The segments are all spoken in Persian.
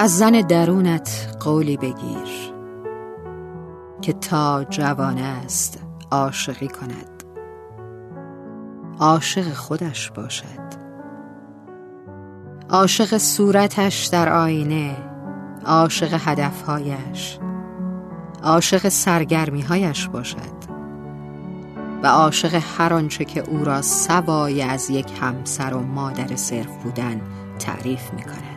از زن درونت قولی بگیر که تا جوان است عاشقی کند، عاشق خودش باشد، عاشق صورتش در آینه، عاشق هدفهایش، عاشق سرگرمیهایش باشد و عاشق هر آنچه که او را سوای از یک همسر و مادر صرف بودن تعریف می کند.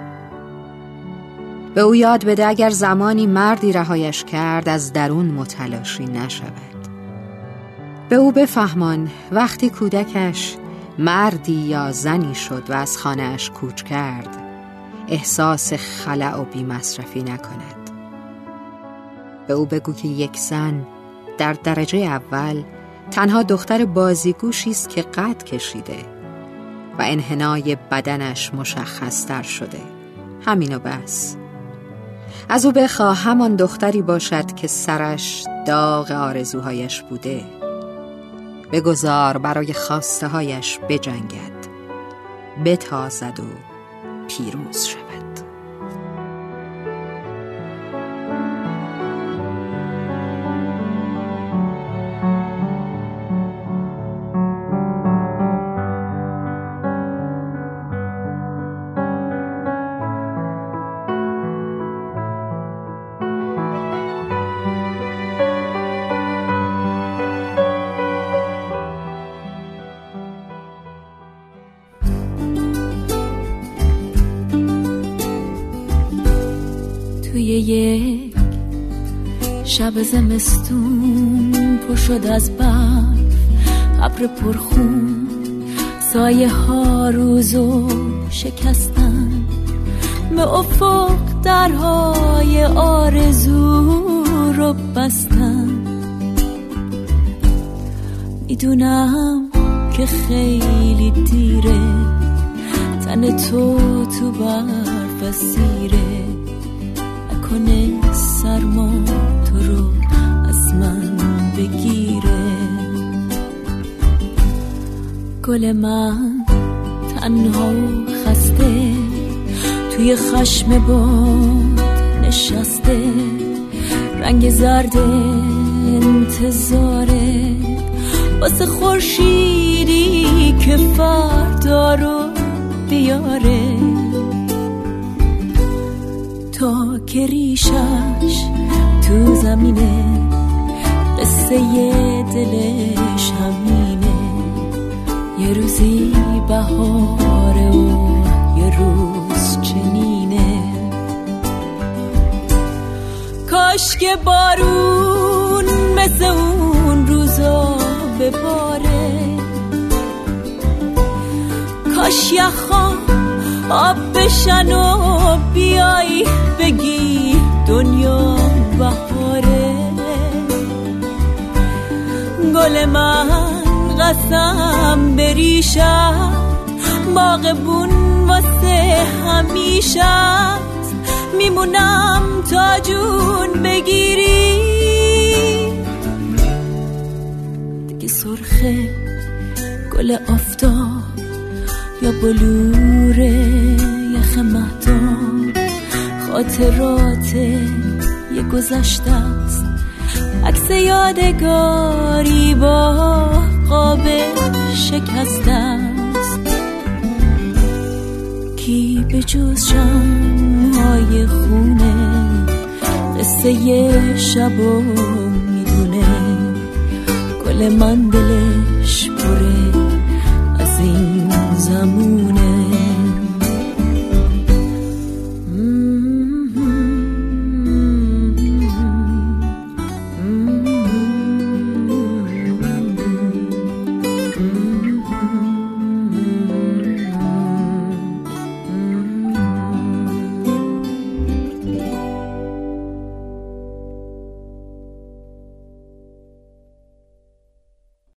به او یاد بده اگر زمانی مردی رهایش کرد از درون متلاشی نشود. به او بفهمان وقتی کودکش مردی یا زنی شد و از خانه‌اش کوچ کرد احساس خلأ و بی‌مصرفی نکند. به او بگو که یک زن در درجه اول تنها دختر بازیگوشی است که قد کشیده و انحنای بدنش مشخص‌تر شده، همین و بس. از او بخواه همان دختری باشد که سرش داغ آرزوهایش بوده. بگذار برای خواسته هایش بجنگد، بتازد و پیروز شود. توی یک شب زمستون پر شد از برف، ابر پرخون، سایه ها روزو شکستن، به افق درهای آرزو رو بستن. میدونم که خیلی دیره، تن تو برف اسیره، نکنه سرما تو رو از من بگیره. گل من تنها و خسته توی خشم باد نشسته، رنگ زرد انتظاره واسه خورشیدی که فردا رو بیاره. تا که ریشش تو زمینه، قصه دلش همینه، یه روزی بهاره و یه روز چنینه. کاش که بارون مثل اون روزا بباره، کاش یخا آب بشن و بیای بگی دنیا بهاره. گل من قسم بریشم، باغبون واسه همیشه، میمونم تا جون بگیری. دیگه سرخه گل آفتاب یا بلور یخ مهتاب، خاطرات یه گذشته است، عکس یادگاری با قاب شکسته است. کی به جز شمع‌های خونه قصه یه شبو میدونه. گل من دلش پره